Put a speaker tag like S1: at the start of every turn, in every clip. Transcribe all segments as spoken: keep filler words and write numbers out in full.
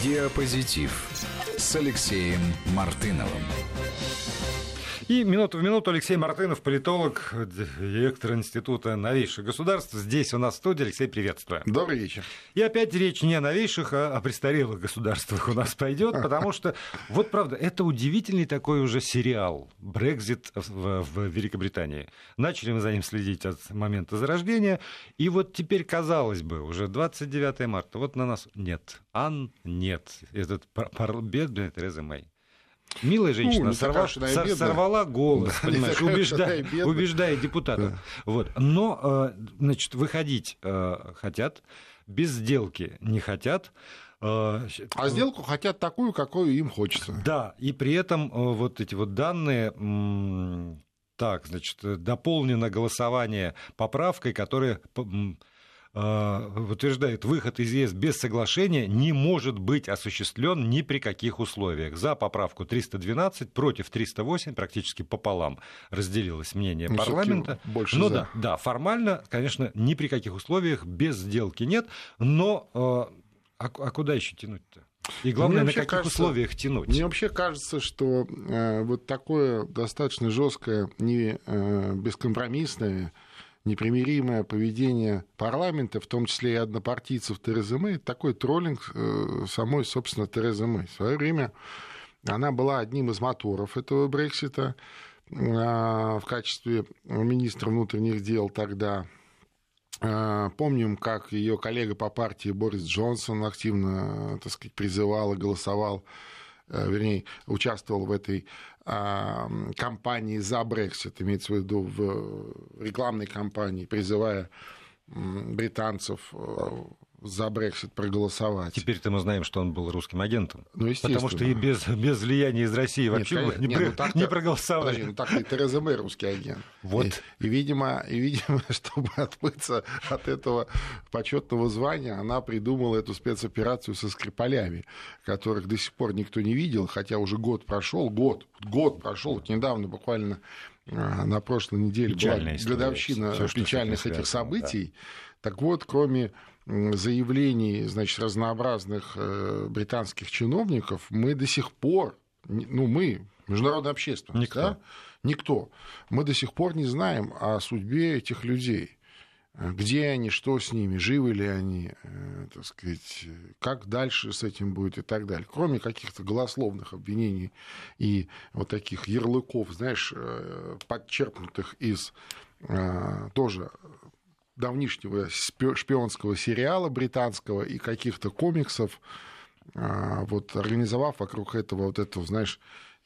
S1: Диапозитив с Алексеем Мартыновым.
S2: И минуту в минуту Алексей Мартынов, политолог, директор Института новейших государств. Здесь у нас в студии. Алексей, приветствую.
S3: Добрый вечер.
S2: И опять речь не о новейших, а о престарелых государствах у нас пойдет, потому что, вот правда, это удивительный такой уже сериал «Брексит» в, в Великобритании. Начали мы за ним следить от момента зарождения, и вот теперь, казалось бы, уже двадцать девятое марта, вот на нас нет, Ан нет, этот пар- пар- бедная Тереза Мэй. Милая женщина, ну, сорвала, сор, сорвала голос, да, понимаешь, убеждая, убеждая депутатов. Да. Вот. Но, значит, выходить хотят, без сделки не хотят.
S3: А сделку хотят такую, какую им хочется.
S2: Да, и при этом вот эти вот данные... Так, значит, дополнено голосование поправкой, которая... утверждает, выход из ЕС без соглашения не может быть осуществлен ни при каких условиях. За поправку триста двенадцать, против триста восемь, практически пополам разделилось мнение ну, парламента.
S3: Больше
S2: ну
S3: за.
S2: да, да, формально, конечно, ни при каких условиях без сделки нет, но а, а куда еще тянуть-то? И главное, на каких кажется, условиях тянуть?
S3: Мне вообще кажется, что э, вот такое достаточно жесткое, не э, бескомпромиссное, непримиримое поведение парламента, в том числе и однопартийцев Терезы Мэй, такой троллинг самой, собственно, Терезы Мэй. В свое время она была одним из моторов этого Брексита в качестве министра внутренних дел тогда. Помним, как ее коллега по партии Борис Джонсон активно, так сказать, призывал и голосовал, вернее, участвовал в этой кампании за Брексит, имеется в виду в рекламной кампании, призывая британцев за Брексит проголосовать.
S2: Теперь-то мы знаем, что он был русским агентом.
S3: Ну,
S2: потому что и без, без влияния из России вообще
S3: нет,
S2: не,
S3: нет,
S2: при,
S3: ну, так-то,
S2: не проголосовали.
S3: Подожди, ну так-то и Тереза Мэй русский агент.
S2: Вот.
S3: И, и, видимо, и, видимо, чтобы отмыться от этого почетного звания, она придумала эту спецоперацию со Скрипалями, которых до сих пор никто не видел, хотя уже год прошел, год, год прошел, вот недавно буквально на прошлой неделе печальная была годовщина всё, печальных этих событий. Да. Так вот, кроме заявлений, значит, разнообразных британских чиновников, мы до сих пор, ну, мы, международная общественность,
S2: никто.
S3: Да, никто, мы до сих пор не знаем о судьбе этих людей. Где они, что с ними, живы ли они, так сказать, как дальше с этим будет и так далее. Кроме каких-то голословных обвинений и вот таких ярлыков, знаешь, подчеркнутых из тоже давнишнего шпионского сериала британского и каких-то комиксов, вот, организовав вокруг этого вот эту, знаешь,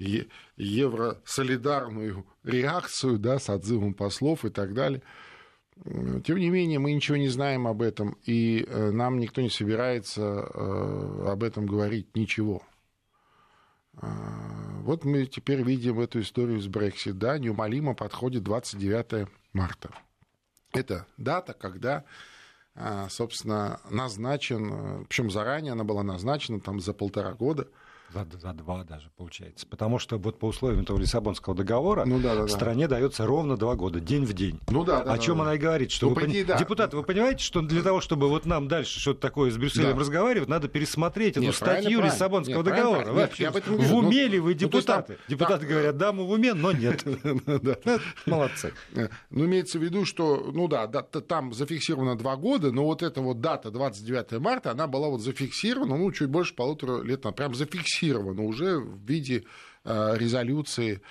S3: евросолидарную реакцию, да, с отзывом послов и так далее. Тем не менее, мы ничего не знаем об этом, и нам никто не собирается об этом говорить ничего. Вот мы теперь видим эту историю с Brexit. Да, неумолимо подходит двадцать девятое марта. Это дата, когда, собственно, назначен, причем заранее она была назначена, там, за полтора года.
S2: За, за два даже, получается. Потому что вот по условиям этого Лиссабонского договора
S3: ну, да, да,
S2: стране
S3: да.
S2: дается ровно два года, день в день.
S3: Ну, да, да,
S2: О чем
S3: да,
S2: она и говорит. Что
S3: ну,
S2: вы
S3: идее,
S2: пон...
S3: да.
S2: Депутаты, вы понимаете, что для того, чтобы вот нам дальше что-то такое с Брюсселем да. разговаривать, надо пересмотреть эту
S3: Нет,
S2: статью
S3: правильно,
S2: Лиссабонского
S3: правильно.
S2: договора.
S3: Нет,
S2: Вообще,
S3: я об этом
S2: в
S3: говорю.
S2: уме
S3: ну,
S2: ли вы, депутаты?
S3: Ну, там,
S2: депутаты
S3: там...
S2: говорят, да, мы в уме, но нет. Молодцы.
S3: Ну, имеется в виду, что, ну да, там зафиксировано два года, но вот эта вот дата двадцать девятое марта, она была вот зафиксирована, ну, чуть больше полутора лет назад, прям зафиксирована уже в виде резолюции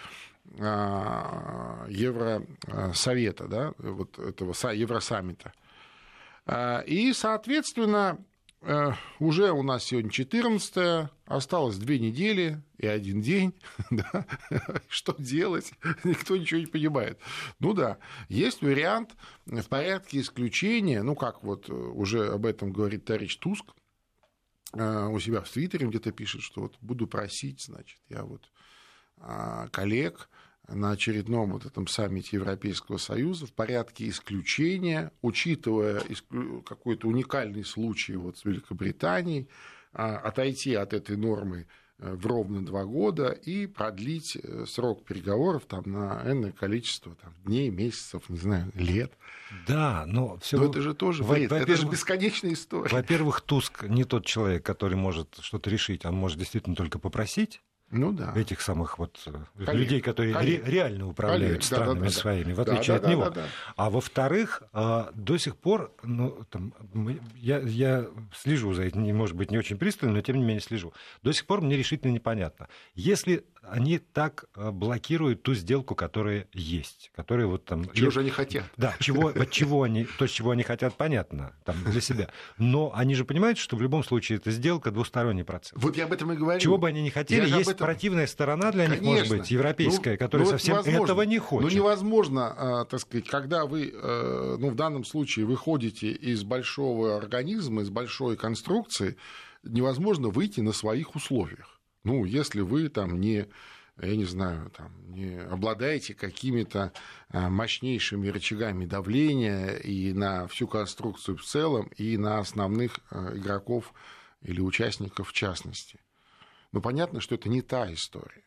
S3: Евросовета, да, вот этого Евросаммита. И, соответственно, уже у нас сегодня четырнадцатое, осталось две недели и один день. Да? Что делать? Никто ничего не понимает. Ну да, есть вариант в порядке исключения, ну как вот уже об этом говорит товарищ Туск, у себя в Твиттере где-то пишет, что вот буду просить, значит, я вот коллег на очередном вот этом саммите Европейского Союза в порядке исключения, учитывая какой-то уникальный случай вот с Великобританией, отойти от этой нормы в ровно два года и продлить срок переговоров там, на энное количество там, дней, месяцев, не знаю, лет.
S2: Да, но все.
S3: Но это же тоже бред, это же бесконечная история.
S2: Во-первых, Туск не тот человек, который может что-то решить, он может действительно только попросить.
S3: Ну, да.
S2: Этих самых вот
S3: коллег,
S2: людей, которые ре- реально управляют коллег, странами да, да, да, своими, в отличие да, от да, него. Да, да, да. А во-вторых, до сих пор, ну, там, я, я слежу за этим, может быть, не очень пристально, но тем не менее слежу. До сих пор мне решительно непонятно. Если они так блокируют ту сделку, которая есть, которая вот там...
S3: Чего же они хотят?
S2: Да, чего, чего они, то, чего они хотят, понятно, там, для себя. Но они же понимают, что в любом случае эта сделка двусторонний процесс.
S3: Вот я об этом и говорю.
S2: Чего бы они ни хотели, я есть этом... противная сторона для них, конечно, может быть, европейская, ну, которая ну, совсем невозможно. Этого не хочет.
S3: Ну, невозможно, так сказать, когда вы, ну, в данном случае, выходите из большого организма, из большой конструкции, невозможно выйти на своих условиях. Ну, если вы там не, я не знаю, там, не обладаете какими-то мощнейшими рычагами давления и на всю конструкцию в целом, и на основных игроков или участников в частности. Но понятно, что это не та история.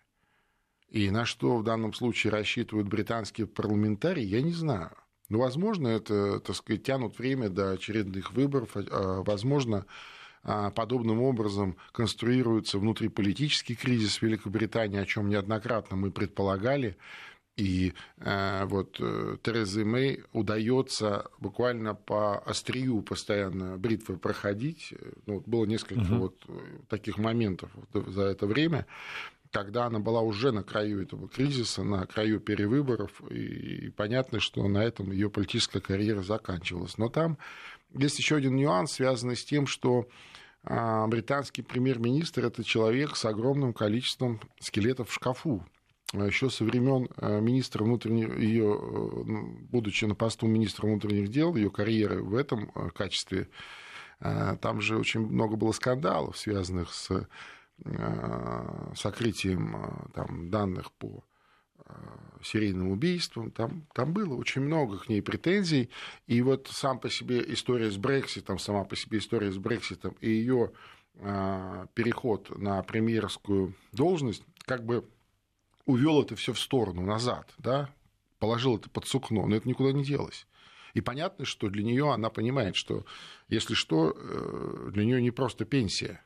S3: И на что в данном случае рассчитывают британские парламентарии, я не знаю. Но, возможно, это, так сказать, тянут время до очередных выборов, возможно, подобным образом конструируется внутриполитический кризис в Великобритании, о чем неоднократно мы предполагали. И э, вот э, Терезе Мэй удается буквально по острию постоянно бритвы проходить. Ну, было несколько угу. вот таких моментов за это время, когда она была уже на краю этого кризиса, на краю перевыборов, и понятно, что на этом ее политическая карьера заканчивалась. Но там есть еще один нюанс, связанный с тем, что британский премьер-министр – это человек с огромным количеством скелетов в шкафу. Еще со времен министра внутренних, ее, будучи на посту министра внутренних дел, ее карьеры в этом качестве, там же очень много было скандалов, связанных с сокрытием там, данных по серийным убийствам, там, там было очень много к ней претензий, и вот сам по себе история с Брекситом, сама по себе история с Брекситом и ее э, переход на премьерскую должность как бы увел это все в сторону, назад, да, положил это под сукно, но это никуда не делось. И понятно, что для нее она понимает, что если что, для нее не просто пенсия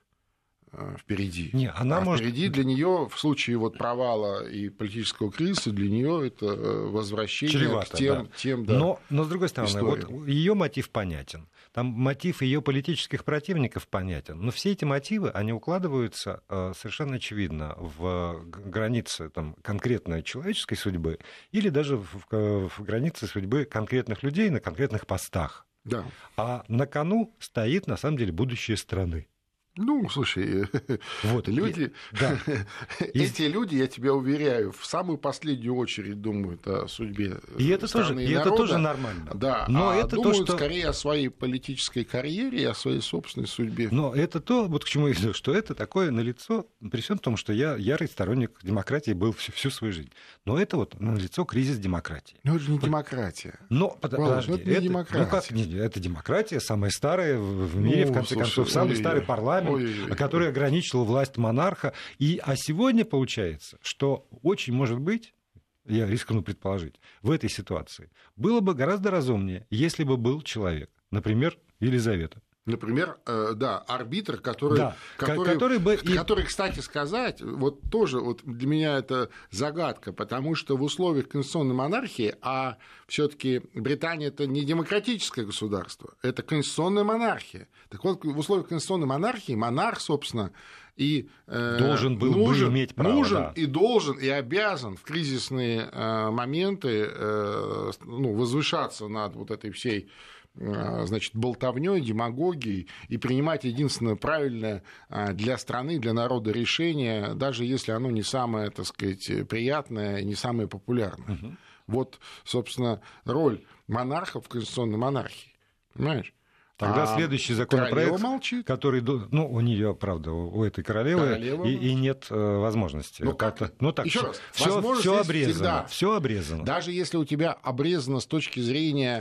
S3: впереди.
S2: Не, она
S3: а
S2: может...
S3: впереди для нее в случае вот провала и политического кризиса для нее это возвращение
S2: чревато,
S3: к тем,
S2: да.
S3: тем да,
S2: но, но с другой стороны,
S3: историям.
S2: Вот ее мотив понятен, там мотив ее политических противников понятен, но все эти мотивы они укладываются совершенно очевидно в границы там, конкретной человеческой судьбы или даже в, в границы судьбы конкретных людей на конкретных постах.
S3: Да. А
S2: на кону стоит на самом деле будущее страны.
S3: Ну, слушай, вот, люди, и, да. эти и... люди, я тебя уверяю, в самую последнюю очередь думают о судьбе
S2: и это
S3: страны
S2: тоже,
S3: и
S2: и
S3: народа.
S2: это тоже нормально.
S3: Да, но а это думают то, что... скорее о своей политической карьере и о своей собственной судьбе.
S2: Но это то, вот к чему я иду, что это такое налицо, при всем том, что я ярый сторонник демократии был всю, всю свою жизнь. Но это вот налицо кризис демократии.
S3: Но это же не демократия.
S2: Но, под... Подожди,
S3: это, не это, демократия.
S2: Ну как, не, это демократия, самая старая в мире, ну, в конце слушай, концов, самый ой, старый ой, парламент. Ой-ой-ой. Который ограничивал власть монарха. И, а сегодня получается, что очень может быть, я рискну предположить, в этой ситуации было бы гораздо разумнее, если бы был человек, например, Елизавета.
S3: Например, э, да, арбитр, который,
S2: да,
S3: который,
S2: который, бы...
S3: который, кстати сказать, вот тоже вот для меня это загадка, потому что в условиях конституционной монархии, а все-таки Британия это не демократическое государство, это конституционная монархия. Так вот, в условиях конституционной монархии монарх, собственно, и э,
S2: должен был
S3: нужен,
S2: бы иметь право,
S3: нужен
S2: да.
S3: и должен и обязан в кризисные э, моменты э, ну, возвышаться над вот этой всей значит, болтовнёй, демагогией и принимать единственное правильное для страны, для народа решение, даже если оно не самое, так сказать, приятное, не самое популярное. Угу. Вот, собственно, роль монарха в конституционной монархии. Понимаешь?
S2: Тогда а следующий законопроект,
S3: молчит.
S2: который, ну, у нее, правда, у этой королевы и, и нет э, возможности.
S3: Ну, как?
S2: Это, ну так,
S3: еще раз,
S2: все, все обрезано, все обрезано.
S3: Даже если у тебя обрезано с точки зрения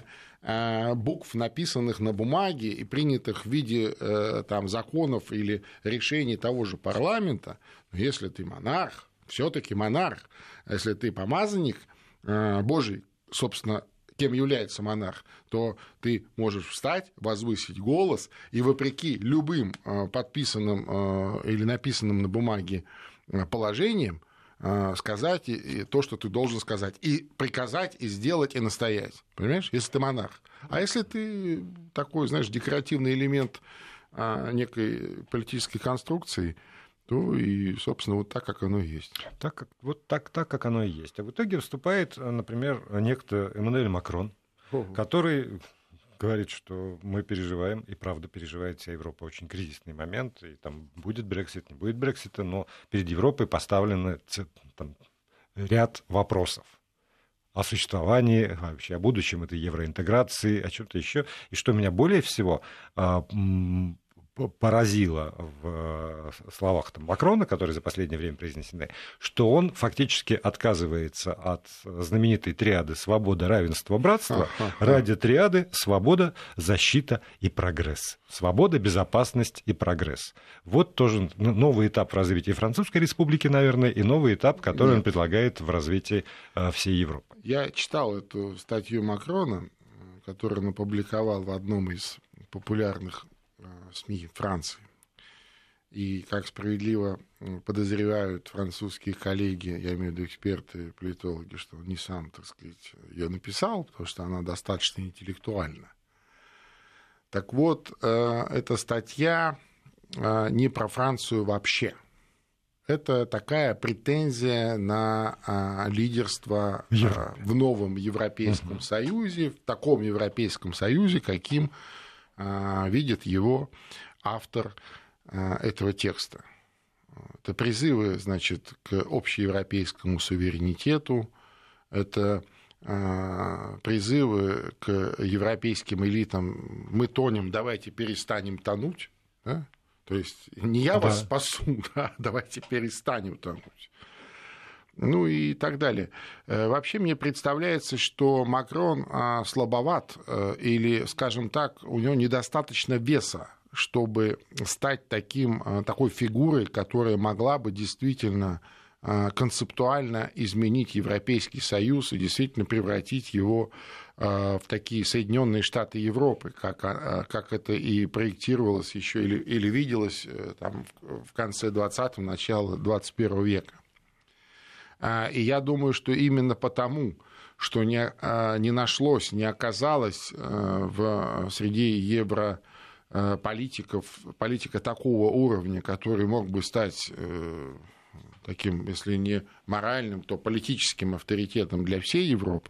S3: букв, написанных на бумаге и принятых в виде там, законов или решений того же парламента, но если ты монарх, все-таки монарх, если ты помазанник Божий, собственно, кем является монарх, то ты можешь встать, возвысить голос и вопреки любым подписанным или написанным на бумаге положениям сказать то, что ты должен сказать, и приказать, и сделать, и настоять. Понимаешь, если ты монарх. А если ты такой, знаешь, декоративный элемент некой политической конструкции, то и, собственно, вот так, как оно и есть.
S2: Так, как- вот так, так, как оно и есть. А в итоге выступает, например, некто Эммануэль Макрон,
S3: Ого.
S2: который говорит, что мы переживаем, и правда переживает вся Европа очень кризисный момент, и там будет Брексит, не будет Брексита, но перед Европой поставлены ц- там, ряд вопросов о существовании, вообще о будущем этой евроинтеграции, о чем-то еще. И что меня более всего а, м, п- поразило в э, словах там, Макрона, которые за последнее время произнесены, что он фактически отказывается от знаменитой триады «свобода, равенство, братство»
S3: Ага.
S2: ради триады «свобода, защита и прогресс». Свобода, безопасность и прогресс. Вот тоже ну, новый этап в развитии Французской республики, наверное, и новый этап, который
S3: Нет.
S2: он предлагает в развитии э, всей Европы.
S3: Я читал эту статью Макрона, которую он опубликовал в одном из популярных э, СМИ Франции. И, как справедливо м, подозревают французские коллеги, я имею в виду эксперты, политологи, что он не сам, так сказать, ее написал, потому что она достаточно интеллектуальна. Так вот, э, эта статья э, не про Францию вообще. Это такая претензия на а, лидерство а, в новом Европейском Союзе, в таком Европейском Союзе, каким а, видит его автор а, этого текста. Это призывы, значит, к общеевропейскому суверенитету, это а, призывы к европейским элитам «мы тонем, давайте перестанем тонуть», да? То есть не я вас
S2: Да.
S3: спасу, да, давайте перестанем тонуть. Ну и так далее. Э, Вообще мне представляется, что Макрон а, слабоват, э, или, скажем так, у него недостаточно веса, чтобы стать таким, а, такой фигурой, которая могла бы действительно а, концептуально изменить Европейский Союз и действительно превратить его а, в такие Соединенные Штаты Европы, как, а, как это и проектировалось еще или, или виделось э, там, в в конце двадцатого, начало двадцать первого века. А, И я думаю, что именно потому, что не, а, не нашлось, не оказалось а, в, среди европолитиков политика такого уровня, который мог бы стать э, таким, если не моральным, то политическим авторитетом для всей Европы,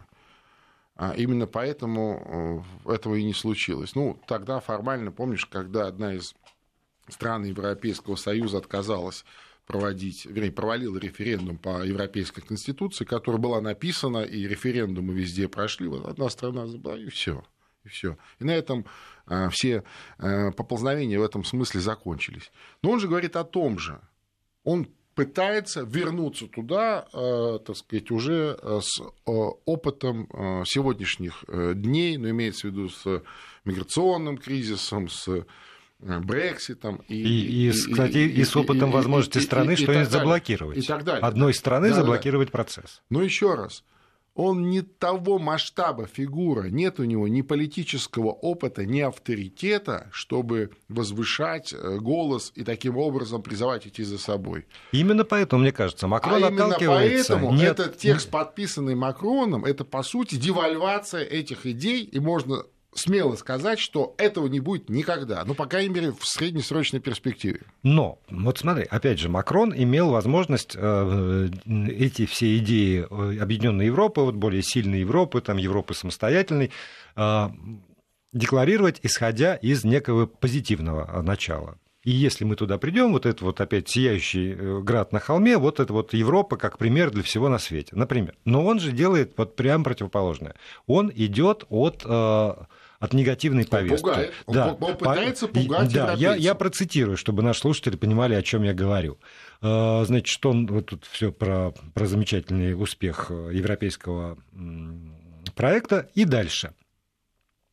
S3: а именно поэтому э, этого и не случилось. Ну, тогда формально, помнишь, когда одна из стран Европейского Союза отказалась проводить, вернее, провалила референдум по Европейской Конституции, которая была написана, и референдумы везде прошли, вот одна страна забыла, и все. И все. И на этом а, все а, поползновения в этом смысле закончились. Но он же говорит о том же. Он пытается вернуться туда, а, так сказать, уже с а, опытом а, сегодняшних а, дней, но имеется в виду с миграционным кризисом, с Брекситом. И,
S2: И, и, кстати, и, и с опытом и, возможности и, страны и, что-нибудь заблокировать.
S3: И так далее.
S2: Одной страны
S3: да,
S2: заблокировать
S3: да.
S2: процесс.
S3: Но еще раз, он не того масштаба фигура, нет у него ни политического опыта, ни авторитета, чтобы возвышать голос и таким образом призывать идти за собой.
S2: Именно поэтому, мне кажется, Макрон
S3: а
S2: отталкивается...
S3: Именно поэтому
S2: нет...
S3: этот текст, подписанный Макроном, это, по сути, девальвация этих идей, и можно смело сказать, что этого не будет никогда, ну, по крайней мере, в среднесрочной перспективе.
S2: Но, вот смотри, опять же, Макрон имел возможность э, эти все идеи Объединенной Европы, вот более сильной Европы, там, Европы самостоятельной, э, декларировать, исходя из некого позитивного начала. И если мы туда придем, вот это вот опять сияющий град на холме, вот это вот Европа как пример для всего на свете, например. Но он же делает вот прям противоположное. Он идет от... Э, от негативной повестки.
S3: Он пугает.
S2: Да.
S3: Он, он пытается пугать
S2: да,
S3: европейцев.
S2: Я, я процитирую, чтобы наши слушатели понимали, о чем я говорю. Значит, он вот тут все про, про замечательный успех европейского проекта. И дальше.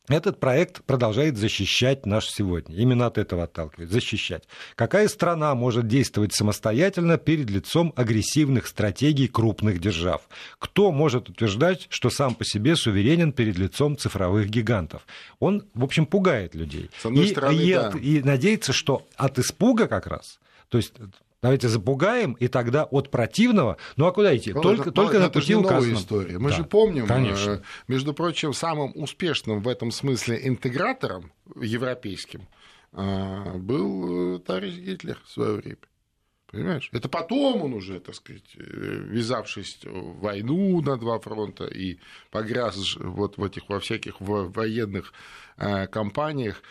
S2: Этот проект продолжает защищать наш сегодня. Именно от этого отталкивает. Защищать. Какая страна может действовать самостоятельно перед лицом агрессивных стратегий крупных держав? Кто может утверждать, что сам по себе суверенен перед лицом цифровых гигантов? Он, в общем, пугает людей.
S3: С одной
S2: и,
S3: стороны,
S2: и,
S3: да.
S2: и надеется, что от испуга как раз, то есть... Давайте запугаем, и тогда от противного... Ну, а куда идти?
S3: Ну,
S2: только
S3: это,
S2: только
S3: это
S2: на пути указанном.
S3: новая история. Мы
S2: да,
S3: же помним,
S2: конечно.
S3: между прочим, самым успешным в этом смысле интегратором европейским был товарищ Гитлер в свое время. Понимаешь? Это потом он уже, так сказать, ввязавшись в войну на два фронта и погряз вот в этих во всяких военных кампаниях,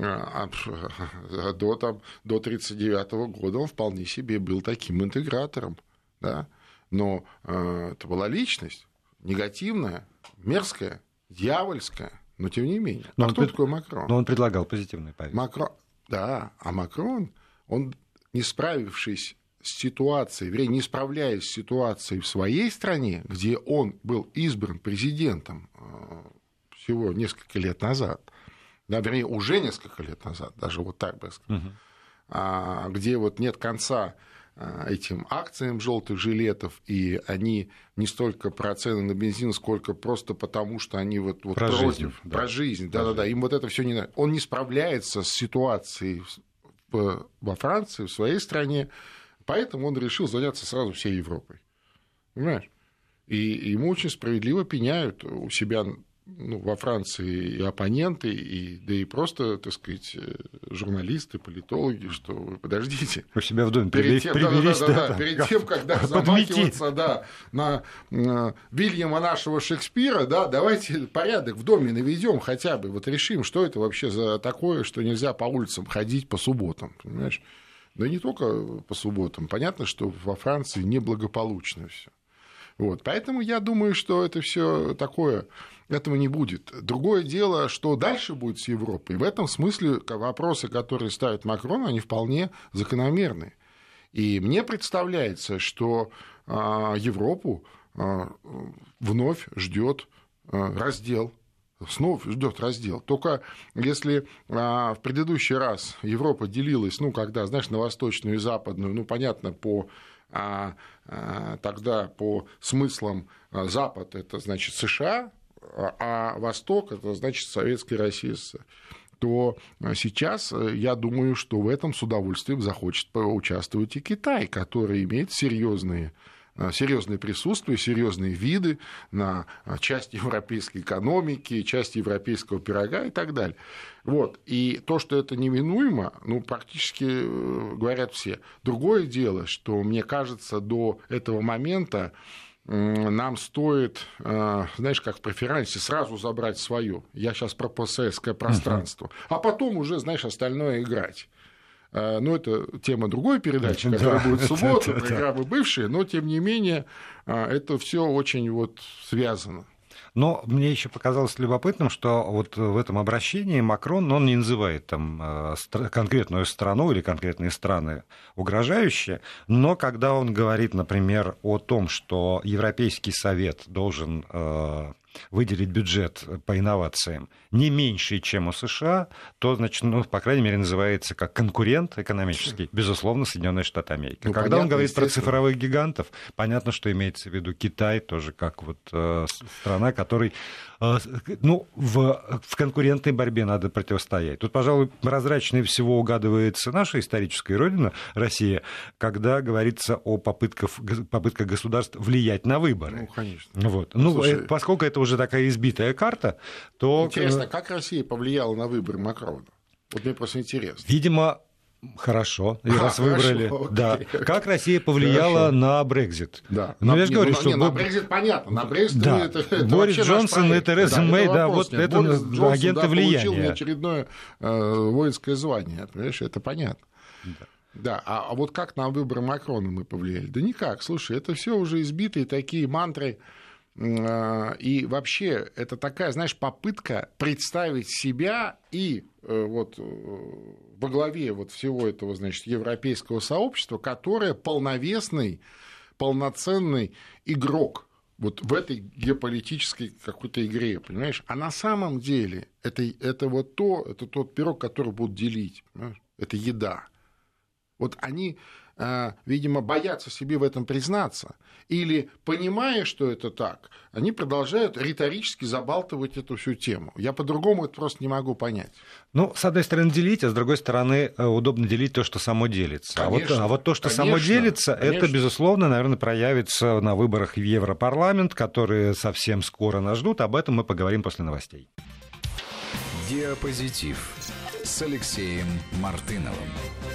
S3: до, там, до тридцать девятого года он вполне себе был таким интегратором. Да? Но э, это была личность негативная, мерзкая, дьявольская, но тем не менее.
S2: Но
S3: а
S2: он
S3: кто
S2: пред...
S3: такой Макрон?
S2: Но он предлагал позитивный повестку.
S3: Макрон... Да, а Макрон, он, не справившись с ситуацией, вернее, не справляясь с ситуацией в своей стране, где он был избран президентом всего несколько лет назад, да, вернее, уже несколько лет назад, даже вот так бы сказать, угу. где вот нет конца этим акциям желтых жилетов, и они не столько про цены на бензин, сколько просто потому, что они вот, вот
S2: про
S3: против,
S2: жизнь, да.
S3: про жизнь, да-да-да, им вот это все не надо. Он не справляется с ситуацией в, во Франции, в своей стране, поэтому он решил заняться сразу всей Европой, понимаешь? И ему очень справедливо пеняют у себя... Ну, во Франции и оппоненты, и, да и просто, так сказать, журналисты, политологи, что вы подождите.
S2: У себя в доме
S3: перед тем,
S2: приберись,
S3: да, да, да, да, перед тем, когда замахиваться да, на, на Вильяма нашего Шекспира, да, давайте порядок в доме наведем хотя бы, вот решим, что это вообще за такое, что нельзя по улицам ходить по субботам, понимаешь? Да не только по субботам. Понятно, что во Франции неблагополучно все. Вот, поэтому я думаю, что это все такое, этого не будет. Другое дело, что дальше будет с Европой. В этом смысле вопросы, которые ставит Макрон, они вполне закономерны. И мне представляется, что Европу вновь ждет раздел. Снова ждет раздел. Только если в предыдущий раз Европа делилась, ну, когда, знаешь, на восточную и западную, ну, понятно, по А тогда по смыслам Запад – это значит США, а Восток – это значит Советская Россия, то сейчас я думаю, что в этом с удовольствием захочет поучаствовать и Китай, который имеет серьезные серьезное присутствие, серьезные виды на часть европейской экономики, часть европейского пирога и так далее. Вот. И то, что это неминуемо, ну, практически говорят все. Другое дело, что, мне кажется, до этого момента нам стоит, знаешь, как в преферансе, сразу забрать свое. Я сейчас про постсоветское пространство. А потом уже, знаешь, остальное играть. Ну, это тема другой передачи, которая да, будет в субботу, да, да, программы бывшие, но, тем не менее, это все очень вот связано.
S2: Но мне еще показалось любопытным, что вот в этом обращении Макрон, он не называет там конкретную страну или конкретные страны угрожающие, но когда он говорит, например, о том, что Европейский Совет должен выделить бюджет по инновациям не меньше, чем у США, то, значит, ну, по крайней мере, называется как конкурент экономический, безусловно, Соединенные Штаты Америки. Ну, когда понятно, он говорит про цифровых гигантов, понятно, что имеется в виду Китай, тоже как вот э, страна, которой э, ну, в, в конкурентной борьбе надо противостоять. Тут, пожалуй, прозрачнее всего угадывается наша историческая родина, Россия, когда говорится о попытках, попытках государств влиять на выборы.
S3: Ну, конечно.
S2: Вот. Ну, Слушай, поскольку это уже такая избитая карта, то...
S3: Интересно, как Россия повлияла на выборы Макрона? Вот мне просто интересно.
S2: Видимо, хорошо,
S3: а,
S2: раз
S3: хорошо,
S2: выбрали.
S3: Окей.
S2: Да. Как Россия повлияла хорошо. на Брексит?
S3: Да.
S2: Ну,
S3: на,
S2: я же говорю,
S3: ну,
S2: что...
S3: Не, на Брексит понятно, на Брексит
S2: да.
S3: это, это
S2: Борис Джонсон и Тереза
S3: да,
S2: Мэй,
S3: это
S2: да,
S3: вопрос,
S2: вот
S3: нет.
S2: это
S3: Борис Джонсон,
S2: агенты
S3: да,
S2: влияния.
S3: Получил очередное э, воинское звание, понимаешь, это понятно.
S2: Да.
S3: Да, а, а вот как на выборы Макрона мы повлияли? Да никак, слушай, это все уже избитые такие мантры. И вообще, это такая, знаешь, попытка представить себя и вот во главе вот всего этого, значит, европейского сообщества, которое полновесный, полноценный игрок вот в этой геополитической какой-то игре, понимаешь? А на самом деле это, это вот то, это тот пирог, который будут делить, понимаешь? Это еда. Вот они, видимо, боятся себе в этом признаться, или, понимая, что это так, они продолжают риторически забалтывать эту всю тему. Я по-другому это просто не могу понять.
S2: Ну, с одной стороны, делить, а с другой стороны, удобно делить то, что само делится.
S3: Конечно,
S2: а, вот, а вот то, что
S3: конечно,
S2: само делится,
S3: конечно.
S2: это, безусловно, наверное, проявится на выборах в Европарламент, которые совсем скоро нас ждут. Об этом мы поговорим после новостей.
S1: Диапозитив с Алексеем Мартыновым.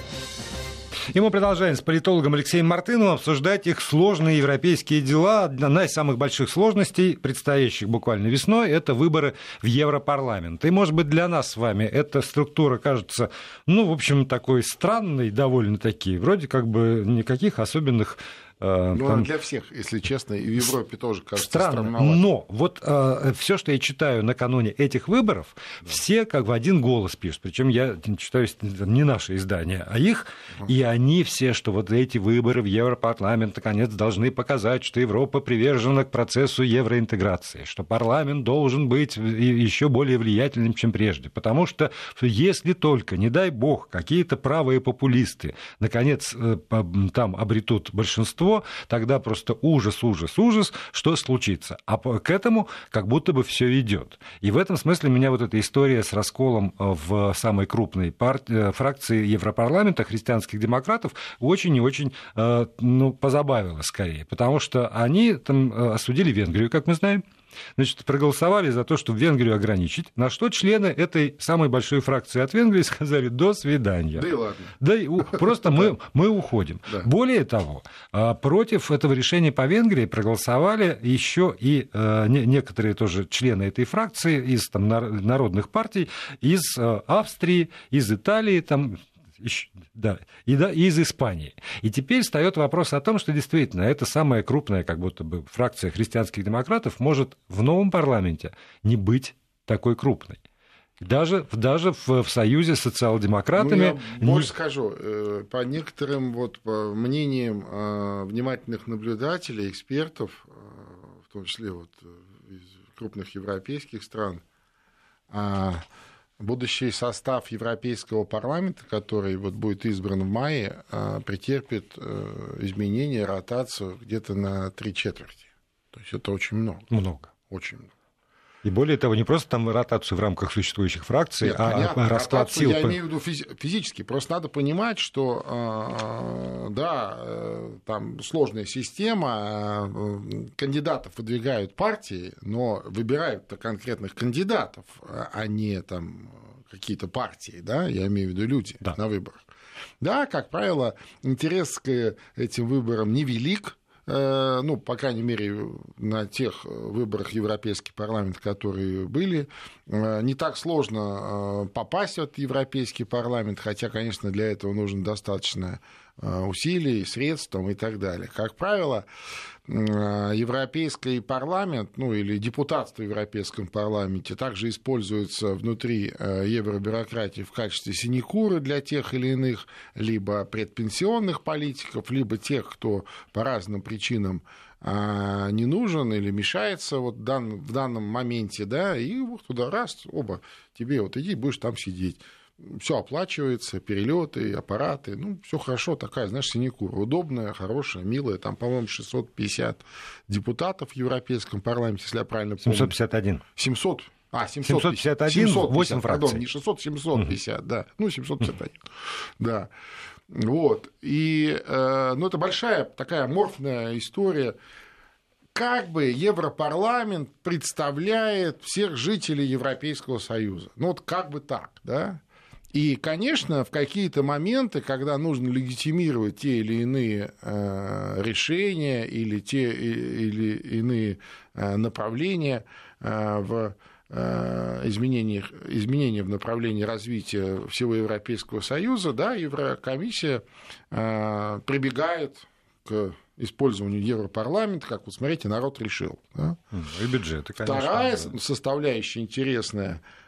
S2: И мы продолжаем с политологом Алексеем Мартыновым обсуждать их сложные европейские дела. Одна из самых больших сложностей, предстоящих буквально весной, это выборы в Европарламент. И, может быть, для нас с вами эта структура кажется, ну, в общем, такой странной довольно-таки. Вроде как бы никаких особенных...
S3: Ну,
S2: там...
S3: для всех, если честно, и в Европе тоже кажется
S2: странно.
S3: Странновато.
S2: Но вот э, все, что я читаю накануне этих выборов, да. все как в один голос пишут. Причем я читаю не наши издания, а их, uh-huh. и они все, что вот эти выборы в Европарламент наконец должны показать, что Европа привержена к процессу евроинтеграции, что парламент должен быть еще более влиятельным, чем прежде. Потому что если только, не дай бог, какие-то правые популисты наконец э, там обретут большинство, тогда просто ужас, ужас, ужас, что случится. А к этому как будто бы все идет. И в этом смысле меня вот эта история с расколом в самой крупной партии, фракции Европарламента христианских демократов очень и очень ну, позабавила скорее. Потому что они там осудили Венгрию, как мы знаем. Значит, проголосовали за то, чтобы Венгрию ограничить, на что члены этой самой большой фракции от Венгрии сказали «до свидания».
S3: Да и ладно.
S2: Да и просто мы, мы уходим. Да. Более того, против этого решения по Венгрии проголосовали еще и некоторые тоже члены этой фракции из там, народных партий, из Австрии, из Италии, там... Да, и, да, и из Испании. И теперь встает вопрос о том, что действительно эта самая крупная как будто бы фракция христианских демократов может в новом парламенте не быть такой крупной. Даже, даже в, в союзе с социал-демократами...
S3: Ну, я больше не... скажу, по некоторым вот, по мнениям внимательных наблюдателей, экспертов, в том числе вот из крупных европейских стран, будущий состав Европейского парламента, который вот будет избран в мае, претерпит изменения, ротацию где-то на три четверти. То есть это очень много.
S2: Много.
S3: Очень много.
S2: И более того, не просто там ротацию в рамках существующих фракций,
S3: Нет,
S2: а
S3: понятно,
S2: расклад сил.
S3: Я имею в виду физически. Просто надо понимать, что да, там сложная система, кандидатов выдвигают партии, но выбирают конкретных кандидатов, а не там какие-то партии, да, я имею в виду люди да. на выборах. Да, как правило, интерес к этим выборам невелик. Ну, по крайней мере, на тех выборах в Европейский парламент, которые были, не так сложно попасть в Европейский парламент, хотя, конечно, для этого нужно достаточно усилий, средств и так далее. Как правило, Европейский парламент, ну или депутатство в Европейском парламенте также используется внутри евробюрократии в качестве синекуры для тех или иных либо предпенсионных политиков, либо тех, кто по разным причинам не нужен или мешается вот в данном моменте, да, и вот туда раз, оба, тебе вот иди, будешь там сидеть. Все оплачивается, перелеты, аппараты, ну, все хорошо, такая, знаешь, синекура, удобная, хорошая, милая, там, по-моему, шестьсот пятьдесят депутатов в Европейском парламенте, если я правильно помню.
S2: семьсот пятьдесят один.
S3: семьсот. А, семьсот
S2: пятьдесят один, восемь фракций.
S3: Пардон, не шестьсот, семьсот пятьдесят, да, ну, семьсот пятьдесят один, да. Вот, и, ну, это большая такая аморфная история. Как бы Европарламент представляет всех жителей Европейского Союза. Ну, вот как бы так, да? И, конечно, в какие-то моменты, когда нужно легитимировать те или иные решения или те или иные направления в изменениях, изменения в направлении развития всего Европейского Союза, да, Еврокомиссия прибегает к использованию Европарламента, как вот смотрите, народ решил. Да?
S2: И бюджеты, конечно.
S3: Вторая составляющая интересная.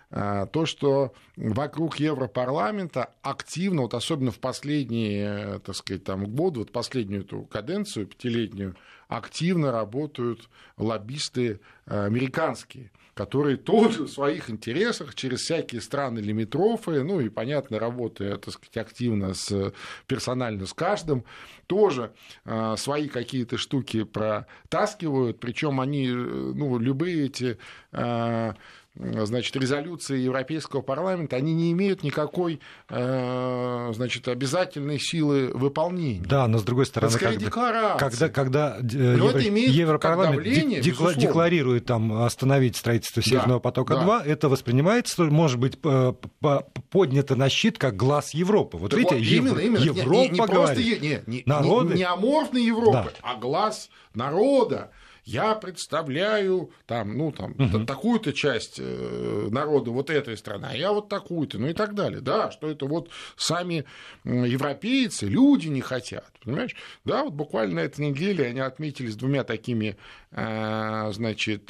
S3: то, что вокруг Европарламента активно, вот особенно в последние, так сказать, там, годы, вот последнюю эту каденцию пятилетнюю, активно работают лоббисты американские, которые тоже в своих интересах через всякие страны-лимитрофы, ну и, понятно, работая, так сказать, активно с, персонально с каждым, тоже э, свои какие-то штуки протаскивают, причем они, ну, любые эти... Э, значит, резолюции Европейского парламента, они не имеют никакой, значит, обязательной силы выполнения.
S2: Да, но с другой стороны, как бы, когда, когда Евро... Европарламент декла... декларирует там остановить строительство Северного да, потока-два, да. это воспринимается, может быть, поднято на щит как глаз Европы. Вот, вот видите,
S3: именно,
S2: Евро...
S3: именно.
S2: Европа
S3: не, не, не
S2: говорит,
S3: не, не,
S2: народы...
S3: не, не аморфной Европы,
S2: да.
S3: а глаз народа. Я представляю там, ну, там, угу. такую-то часть народа вот этой страны, а я вот такую-то, ну и так далее. Да, что это вот сами европейцы, люди не хотят, понимаешь? Да, вот буквально на этой неделе они отметились двумя такими, значит,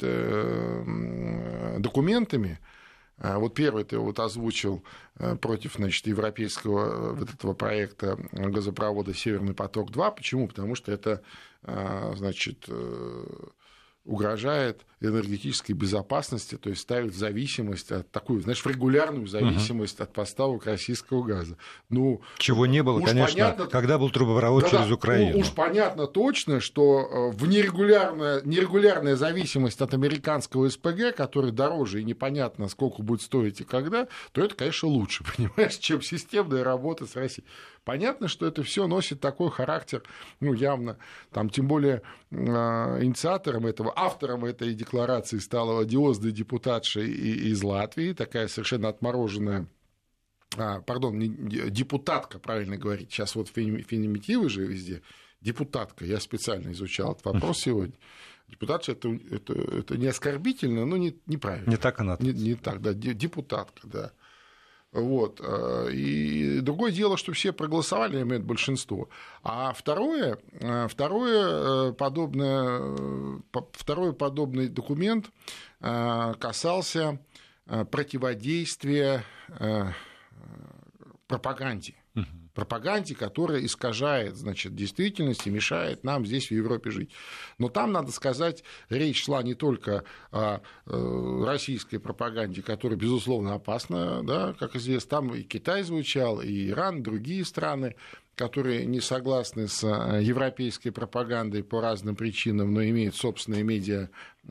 S3: документами. Вот первый ты вот озвучил против, значит, европейского вот этого проекта газопровода «Северный поток-два». Почему? Потому что это, значит, угрожает энергетической безопасности, то есть ставит в зависимость от такую, знаешь, в регулярную зависимость uh-huh. от поставок российского газа. Ну,
S2: чего не было, конечно, понятно, когда был трубопровод да, через да, Украину.
S3: Уж понятно точно, что в нерегулярная, нерегулярная зависимость от американского СПГ, который дороже и непонятно, сколько будет стоить и когда, то это, конечно, лучше, понимаешь, чем системная работа с Россией. Понятно, что это все носит такой характер, ну, явно, там, тем более инициатором этого, автором этой декларации стала одиозная депутатша из Латвии, такая совершенно отмороженная, а, пардон, не, депутатка, правильно говорить, сейчас вот феминитивы же везде, депутатка, я специально изучал этот вопрос сегодня. Депутатша это, это, это не оскорбительно, но не, неправильно.
S2: Не так она.
S3: Не, не так, да, депутатка, да. Вот. И другое дело, что все проголосовали, имеют большинство. А второе, второе, подобное, второй подобный документ касался противодействия пропаганде. Пропаганде, которая искажает, значит, действительность и мешает нам здесь в Европе жить. Но там, надо сказать, речь шла не только о российской пропаганде, которая, безусловно, опасна, да, как известно, там и Китай звучал, и Иран, и другие страны, которые не согласны с европейской пропагандой по разным причинам, но имеют собственные медиа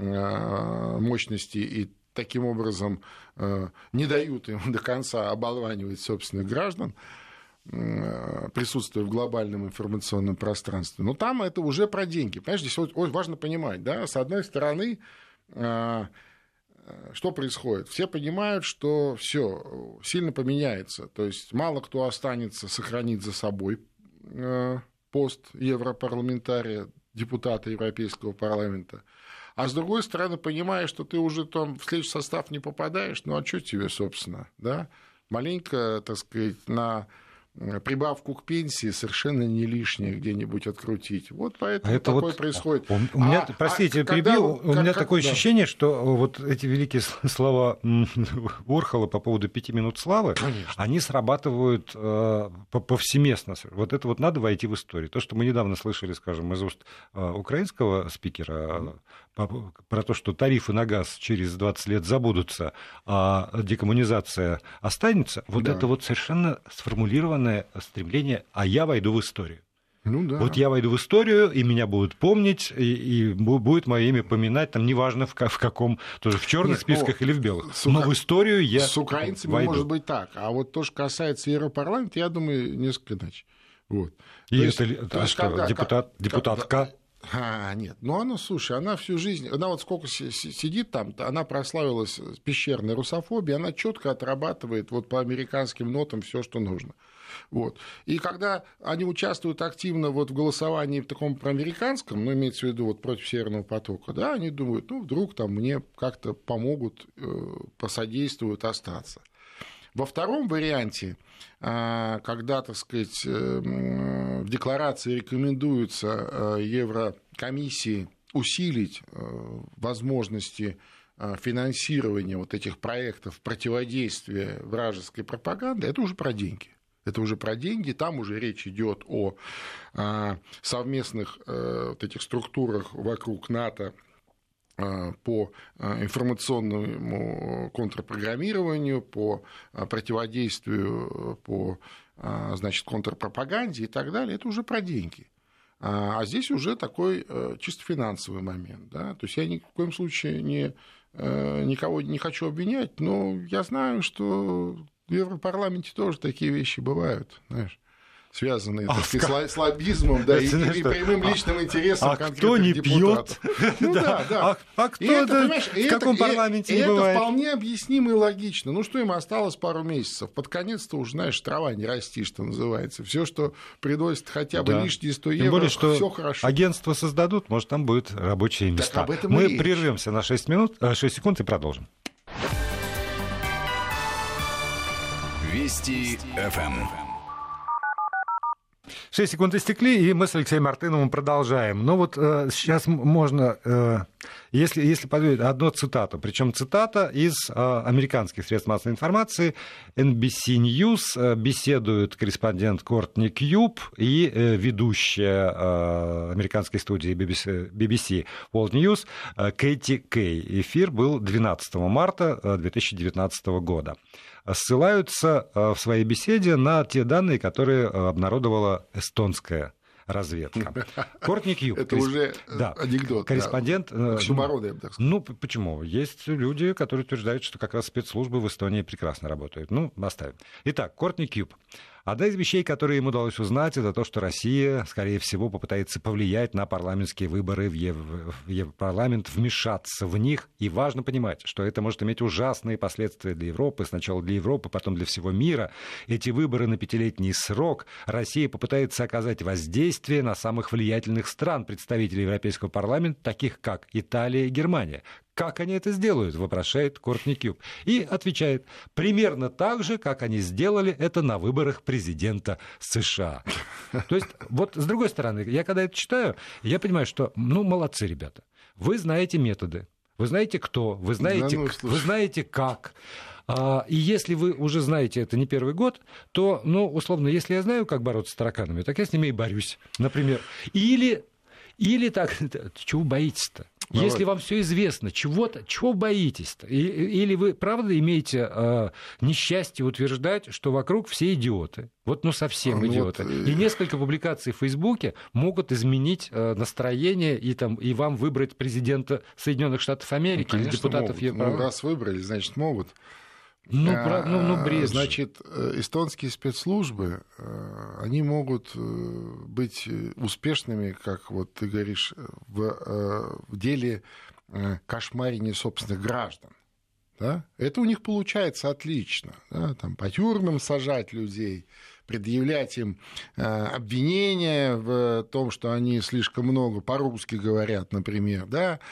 S3: мощности и таким образом не дают им до конца оболванивать собственных граждан, присутствуя в глобальном информационном пространстве. Но там это уже про деньги. Понимаешь, здесь очень важно понимать, да, с одной стороны, что происходит? Все понимают, что все сильно поменяется. То есть мало кто останется сохранить за собой пост европарламентария, депутата Европейского парламента. А с другой стороны, понимаешь, что ты уже там в следующий состав не попадаешь, ну а что тебе, собственно, да? Маленько, так сказать, на прибавку к пенсии совершенно не лишнее где-нибудь открутить. Вот поэтому а такое вот происходит.
S2: У, у меня, а, простите, а, перебью, когда, у меня как, такое как, ощущение, да. что вот эти великие слова Орхола по поводу пяти минут славы, конечно, они срабатывают э, повсеместно. Вот это вот надо войти в историю. То, что мы недавно слышали, скажем, из уст э, украинского спикера, э, про то, что тарифы на газ через двадцать лет забудутся, а декоммунизация останется, вот да. это вот совершенно сформулированное стремление, а я войду в историю.
S3: Ну, да.
S2: Вот я войду в историю, и меня будут помнить, и, и будет мое имя поминать, там, неважно в, в каком, тоже в черных Нет, списках или в белых.
S3: С
S2: Но в историю я
S3: С украинцами
S2: войду.
S3: Может быть так. А вот то, что касается Европарламента, я думаю, несколько иначе. Вот.
S2: И
S3: то
S2: это,
S3: есть,
S2: а
S3: то есть,
S2: что,
S3: когда,
S2: депутат,
S3: как,
S2: депутатка?
S3: Когда, А, нет, ну она, слушай, она всю жизнь, она вот сколько сидит там, она прославилась пещерной русофобией, она четко отрабатывает вот по американским нотам все, что нужно. Вот. И когда они участвуют активно вот в голосовании в таком проамериканском, ну, имеется в виду вот против Северного потока, да, они думают, ну, вдруг там мне как-то помогут, посодействуют остаться. Во втором варианте, когда, так сказать, в декларации рекомендуется Еврокомиссии усилить возможности финансирование вот этих проектов противодействия вражеской пропаганды, это уже про деньги. Это уже про деньги, там уже речь идет о совместных вот этих структурах вокруг НАТО по информационному контрпрограммированию, по противодействию, по, значит, контрпропаганде и так далее. Это уже про деньги. А здесь уже такой чисто финансовый момент. Да? То есть я ни в коем случае не, никого не хочу обвинять, но я знаю, что в Европарламенте тоже такие вещи бывают, знаешь, связанные, так сказать, с лоббизмом, да, и, и прямым личным интересом
S2: а
S3: конкретных депутатов.
S2: Ну да, да. А кто в каком парламенте не бывает?
S3: Это вполне объяснимо и логично. Ну что, им осталось пару месяцев. Под конец-то уже, знаешь, трава не расти, что называется. Все, что приносит хотя бы лишние сто евро, все хорошо.
S2: Агентство создадут, может, там будут рабочие места. Мы прервемся на шесть минут, шесть секунд и продолжим.
S1: Вести эф эм.
S2: Шесть секунд истекли, и мы с Алексеем Мартыновым продолжаем. Но вот э, сейчас можно, э, если, если подвести одну цитату, причем цитата из э, американских средств массовой информации, эн би си News, э, беседует корреспондент Кортни Кьюб и э, ведущая э, американской студии би би си, би би си World News э, Кэти Кей. Эфир был двенадцатого марта две тысячи девятнадцатого года. Ссылаются в своей беседе на те данные, которые обнародовала эстонская разведка. Кортни Кьюб.
S3: Это корресп... уже
S2: да,
S3: анекдот.
S2: Корреспондент.
S3: Да. Оксюморон, я бы так сказал.
S2: Ну, почему? Есть люди, которые утверждают, что как раз спецслужбы в Эстонии прекрасно работают. Ну, оставим. Итак, Кортни Кьюб. Одна из вещей, которые им удалось узнать, это то, что Россия, скорее всего, попытается повлиять на парламентские выборы в, Ев... в Европарламент, вмешаться в них. И важно понимать, что это может иметь ужасные последствия для Европы. Сначала для Европы, потом для всего мира. Эти выборы на пятилетний срок. Россия попытается оказать воздействие на самых влиятельных стран, представителей Европейского парламента, таких как Италия и Германия. Как они это сделают, вопрошает Кортни Кьюб. И отвечает, примерно так же, как они сделали это на выборах президента США. То есть, вот с другой стороны, я когда это читаю, я понимаю, что, ну, молодцы ребята. Вы знаете методы, вы знаете кто, вы знаете, да, ну, вы знаете как. И если вы уже знаете это не первый год, то, ну, условно, если я знаю, как бороться с тараканами, так я с ними и борюсь, например. Или, или так, чего вы боитесь-то? Ну, если вот. Вам все известно, чего-то, чего боитесь-то? И, или вы, правда, имеете э, несчастье утверждать, что вокруг все идиоты? Вот, ну, совсем ну, идиоты. Вот... И несколько публикаций в Фейсбуке могут изменить э, настроение и, там, и вам выбрать президента Соединенных Штатов Америки, ну, или депутатов Европы.
S3: Ну, раз выбрали, значит, могут.
S2: Ну, а, ну, ну бред.
S3: Значит, эстонские спецслужбы, они могут быть успешными, как вот ты говоришь, в, в деле кошмарения собственных граждан. Да? Это у них получается отлично. Да? Там, по тюрьмам сажать людей, предъявлять им обвинения в том, что они слишком много по-русски говорят, например, да?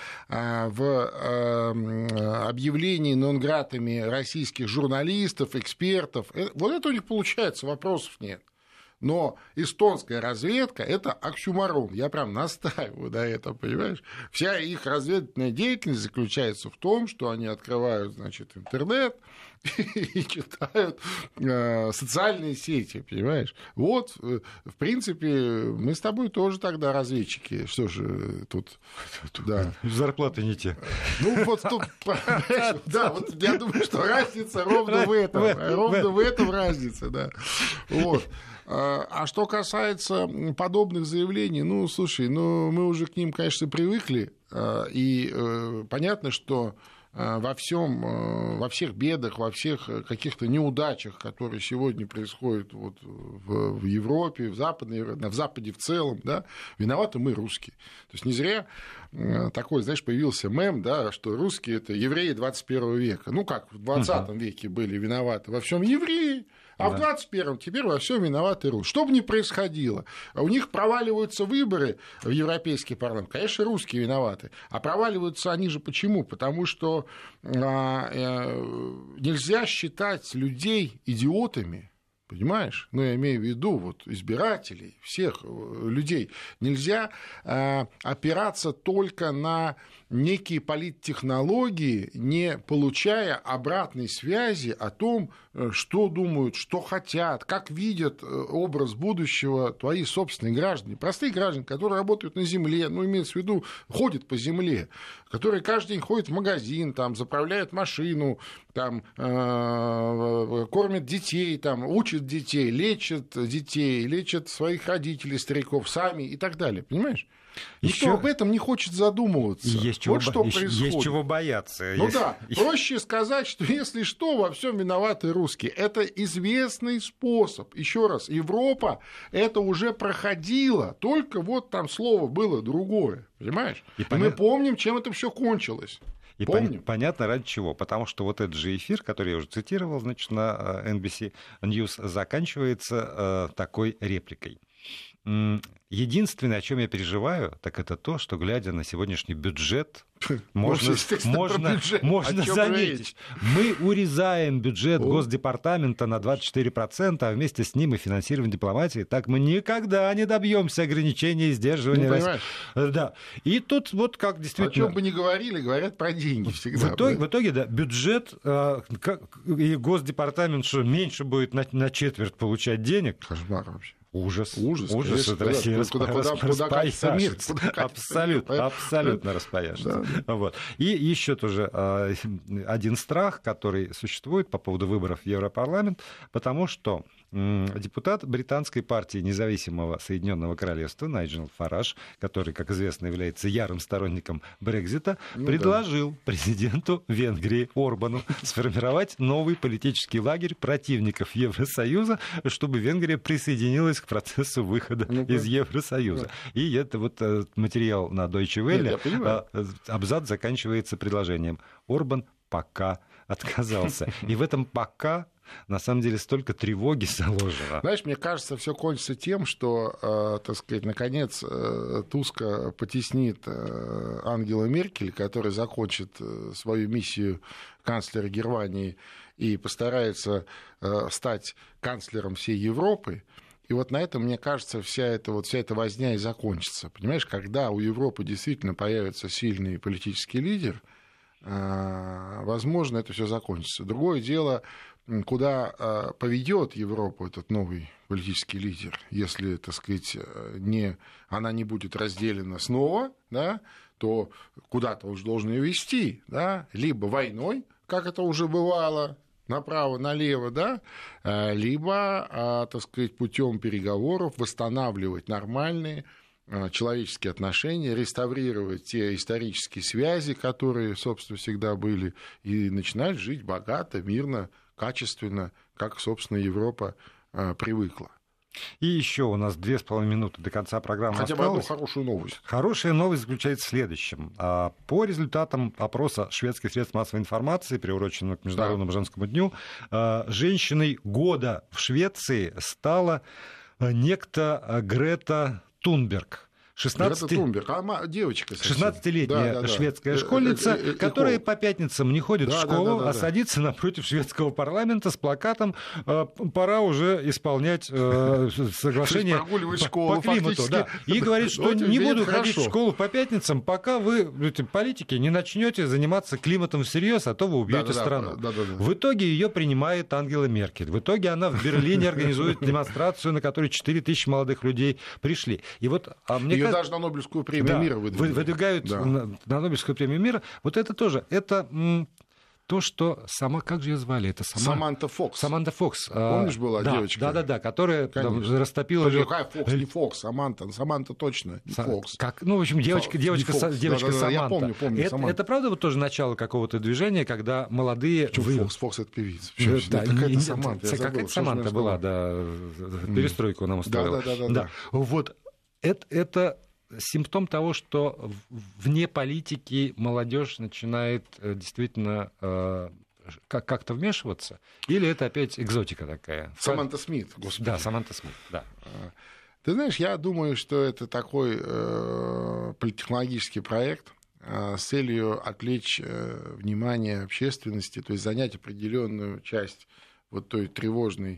S3: В объявлении нон-гратами российских журналистов, экспертов. Вот это у них получается, вопросов нет. Но эстонская разведка – это оксюморон. Я прям настаиваю на этом, понимаешь? Вся их разведывательная деятельность заключается в том, что они открывают, значит, интернет и читают э, социальные сети, понимаешь? Вот, э, в принципе, мы с тобой тоже тогда разведчики. Что же тут... Да.
S2: Зарплаты не те.
S3: Ну, вот тут, да, вот я думаю, что разница ровно в этом. Ровно в этом разница, да. Вот. А что касается подобных заявлений, ну, слушай, ну, мы уже к ним, конечно, привыкли, и понятно, что во всем, во всех бедах, во всех каких-то неудачах, которые сегодня происходят вот в, в Европе, в, Западной, в Западе в целом, да, виноваты мы, русские. То есть не зря такой, знаешь, появился мем, да, что русские – это евреи двадцать первого века. Ну, как в двадцатом веке были виноваты во всем евреи, а да. В двадцать первом теперь во всем виноваты русские. Что бы ни происходило, у них проваливаются выборы в Европейский парламент. Конечно, русские виноваты. А проваливаются они же почему? Потому что а, а, нельзя считать людей идиотами, Понимаешь? Ну, я имею в виду вот, избирателей, всех людей. Нельзя э, опираться только на некие политтехнологии, не получая обратной связи о том, что думают, что хотят, как видят образ будущего твои собственные граждане. Простые граждане, которые работают на земле, ну, имеется в виду, ходят по земле, которые каждый день ходят в магазин, там, заправляют машину, там, э, кормят детей, там, учат детей, лечат детей, лечат своих родителей, стариков, сами и так далее. Понимаешь? Никто Еще... об этом не хочет задумываться.
S2: Есть
S3: вот
S2: чего,
S3: что
S2: есть,
S3: происходит.
S2: Есть чего бояться.
S3: Ну
S2: есть...
S3: да, проще сказать, что если что, во всем виноваты русские. Это известный способ. Еще раз, Европа это уже проходила, только вот там слово было другое. Понимаешь? И, И понят... мы помним, чем это все кончилось.
S2: И пон- понятно, ради чего. Потому что вот этот же эфир, который я уже цитировал, значит, на эн би си News, заканчивается э, такой репликой. Единственное, о чем я переживаю, так это то, что, глядя на сегодняшний бюджет, можно, можно, бюджет. можно заметить, мы урезаем бюджет О. Госдепартамента на двадцать четыре процента, а вместе с ним и финансирование дипломатии, так мы никогда не добьемся ограничения и сдерживания.
S3: Ну,
S2: да. И тут вот как действительно...
S3: О чем бы ни говорили, говорят про деньги всегда.
S2: В итоге, в итоге да, бюджет и Госдепартамент что, меньше будет на, на четверть получать денег.
S3: Кошмар вообще.
S2: Ужас,
S3: ужас,
S2: ужас, это Россия распояшется. Абсолютно, абсолютно распояшется. Да. Вот. И еще тоже один страх, который существует по поводу выборов в Европарламент, потому что депутат британской партии независимого Соединенного Королевства Найджел Фараж, который, как известно, является ярым сторонником Брексита, ну, предложил да. президенту Венгрии Орбану сформировать новый политический лагерь противников Евросоюза, чтобы Венгрия присоединилась к процессу выхода ну, из Евросоюза. Да. И это вот материал на Deutsche Welle. Нет, абзац заканчивается предложением: Орбан пока отказался. И в этом «пока» на самом деле столько тревоги заложено.
S3: Знаешь, мне кажется, все кончится тем, что, э, так сказать, наконец э, Туска потеснит э, Ангела Меркель, которая закончит э, свою миссию канцлера Германии и постарается э, стать канцлером всей Европы. И вот на этом, мне кажется, вся эта, вот, вся эта возня и закончится. Понимаешь, когда у Европы действительно появится сильный политический лидер, э, возможно, это все закончится. Другое дело, куда поведет Европу этот новый политический лидер, если, так сказать, не, она не будет разделена снова, да, то куда-то уж должен ее вести, да, либо войной, как это уже бывало, направо-налево, да, либо, так сказать, путем переговоров восстанавливать нормальные человеческие отношения, реставрировать те исторические связи, которые, собственно, всегда были, и начинать жить богато, мирно, качественно, как, собственно, Европа э, привыкла.
S2: И еще у нас две с половиной минуты до конца программы
S3: Хотя
S2: осталось.
S3: бы одну хорошую новость.
S2: Хорошая новость заключается в следующем. По результатам опроса шведских средств массовой информации, приуроченного к Международному да. женскому дню, женщиной года в Швеции стала некто Грета Тунберг. шестнадцатилетняя да, да, шведская да. школьница, э, э, э, которая э, по пятницам не ходит да, в школу, да, да, да, а да. садится напротив шведского парламента с плакатом «Пора уже исполнять соглашение по, по климату». Да. И говорит, что не буду ходить в школу по пятницам, пока вы, политики, не начнете заниматься климатом всерьез, а то вы убьете да, страну. Да, да, да, да. В итоге ее принимает Ангела Меркель. В итоге она в Берлине организует демонстрацию, на которой четыре тысячи молодых людей пришли. И вот, а мне
S3: Ее даже на Нобелевскую премию да, мира выдвигают.
S2: Выдвигают да. на, на Нобелевскую премию мира. Вот это тоже, это м, то, что сама, как же ее звали? Это сама...
S3: Саманта Фокс.
S2: Саманта Фокс.
S3: Помнишь, была
S2: да,
S3: девочка?
S2: Да-да-да, которая там, растопила...
S3: Какая Фокс? Не Фокс, Саманта. Саманта точно, не
S2: Са...
S3: Фокс.
S2: Как? Ну, в общем, девочка, девочка, Са... девочка да, да, да, Саманта.
S3: Я помню, помню,
S2: это, это правда вот тоже начало какого-то движения, когда молодые...
S3: Вы... Фокс? Фокс — это певица.
S2: Да, какая-то Саманта. Какая-то Саманта была, да. Перестройку нам устроила.
S3: Да-да-да.
S2: Вот. Это... это... симптом того, что вне политики молодежь начинает действительно как-то вмешиваться, или это опять экзотика такая?
S3: Саманта Смит, господи.
S2: Да, Саманта Смит, да.
S3: Ты знаешь, я думаю, что это такой э, политтехнологический проект э, с целью отвлечь э, внимание общественности, то есть занять определенную часть вот той тревожной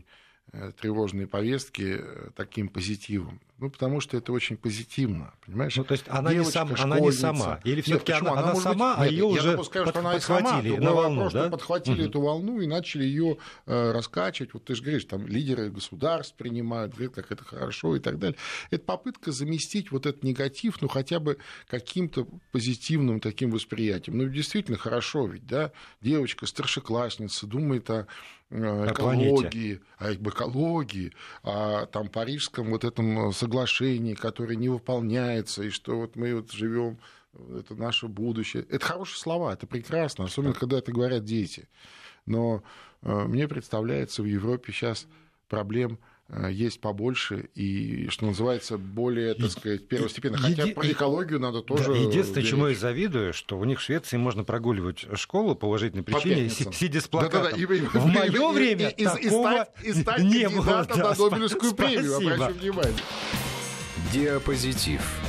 S3: тревожные повестки таким позитивом? Ну, потому что это очень позитивно, понимаешь?
S2: Ну, то есть она,
S3: Девочка,
S2: не, сам, она не сама? Или все-таки она, она, она сама, быть, а ее уже
S3: допускаю,
S2: под,
S3: что она
S2: подхватили
S3: сама,
S2: на волну,
S3: вопрос,
S2: да?
S3: подхватили
S2: угу.
S3: эту волну и начали ее э, раскачивать. Вот ты же говоришь, там лидеры государств принимают, говорят, как это хорошо и так далее. Это попытка заместить вот этот негатив, ну, хотя бы каким-то позитивным таким восприятием. Ну, действительно хорошо ведь, да? Девочка, старшеклассница, думает о экологии, о экологии, о там, парижском вот этом соглашении, которое не выполняется, и что вот мы вот живем, это наше будущее. Это хорошие слова, это прекрасно, особенно когда это говорят дети. Но э, мне представляется, в Европе сейчас проблем есть побольше и, что называется, более, так сказать, первостепенно. Хотя Еди... про экологию надо тоже...
S2: Да, единственное, чему я завидую, что у них в Швеции можно прогуливать школу по уважительной причине, по сидя с плакатом. Да, да, да. И, в мое и, время и, такого и, и стать, и стать не было. Да,
S3: на Нобелевскую премию, обращу внимание.
S1: Диапозитив.